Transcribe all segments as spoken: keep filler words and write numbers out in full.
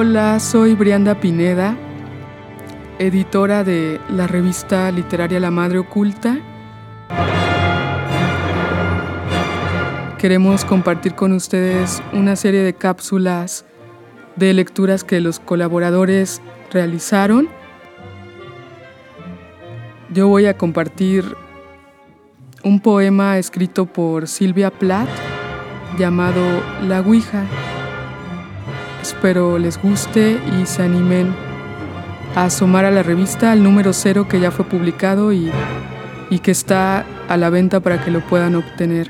Hola, soy Brianda Pineda, editora de la revista literaria La Madre Oculta. Queremos compartir con ustedes una serie de cápsulas de lecturas que los colaboradores realizaron. Yo voy a compartir un poema escrito por Silvia Plath llamado La Ouija. Espero les guste y se animen a asomar a la revista al número cero que ya fue publicado y, y que está a la venta para que lo puedan obtener.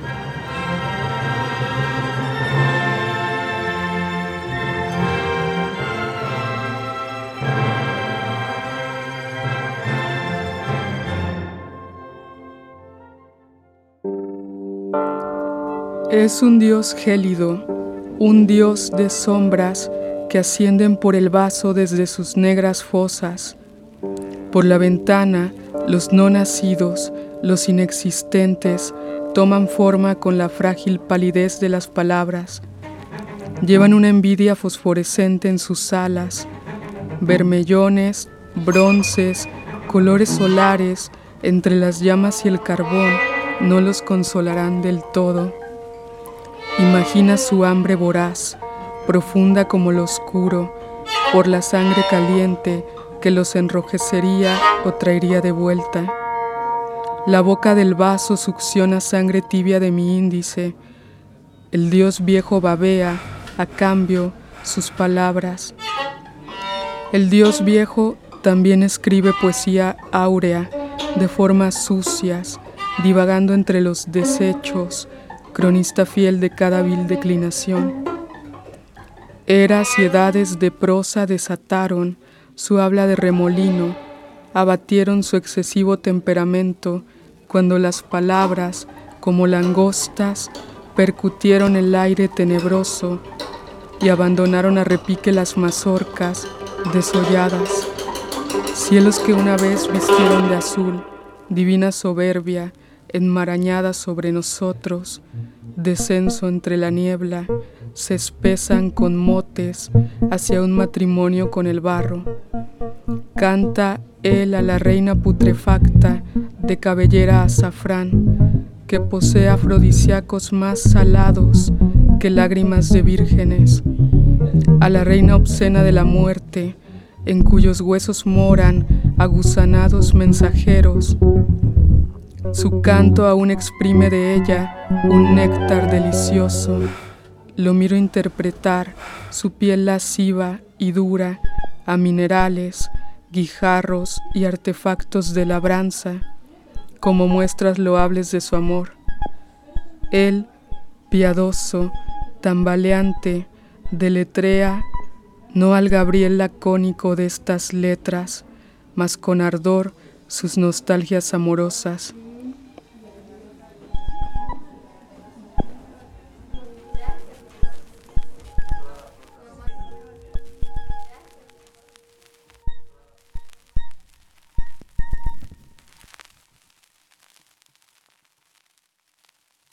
Es un dios gélido, un dios de sombras que ascienden por el vaso desde sus negras fosas. Por la ventana, los no nacidos, los inexistentes, toman forma con la frágil palidez de las palabras. Llevan una envidia fosforescente en sus alas, vermellones, bronces, colores solares, entre las llamas y el carbón, no los consolarán del todo. Imagina su hambre voraz, profunda como lo oscuro, por la sangre caliente que los enrojecería o traería de vuelta. La boca del vaso succiona sangre tibia de mi índice. El dios viejo babea, a cambio, sus palabras. El dios viejo también escribe poesía áurea, de formas sucias, divagando entre los desechos, cronista fiel de cada vil declinación. Eras y edades de prosa desataron su habla de remolino, abatieron su excesivo temperamento cuando las palabras, como langostas, percutieron el aire tenebroso y abandonaron a repique las mazorcas desolladas. Cielos que una vez vistieron de azul, divina soberbia, enmarañada sobre nosotros, descenso entre la niebla, se espesan con motes hacia un matrimonio con el barro. Canta él a la reina putrefacta de cabellera azafrán, que posee afrodisíacos más salados que lágrimas de vírgenes, a la reina obscena de la muerte, en cuyos huesos moran aguzanados mensajeros. Su canto aún exprime de ella un néctar delicioso. Lo miro interpretar su piel lasciva y dura a minerales, guijarros y artefactos de labranza, como muestras loables de su amor. Él, piadoso, tambaleante, deletrea no al Gabriel lacónico de estas letras, mas con ardor sus nostalgias amorosas.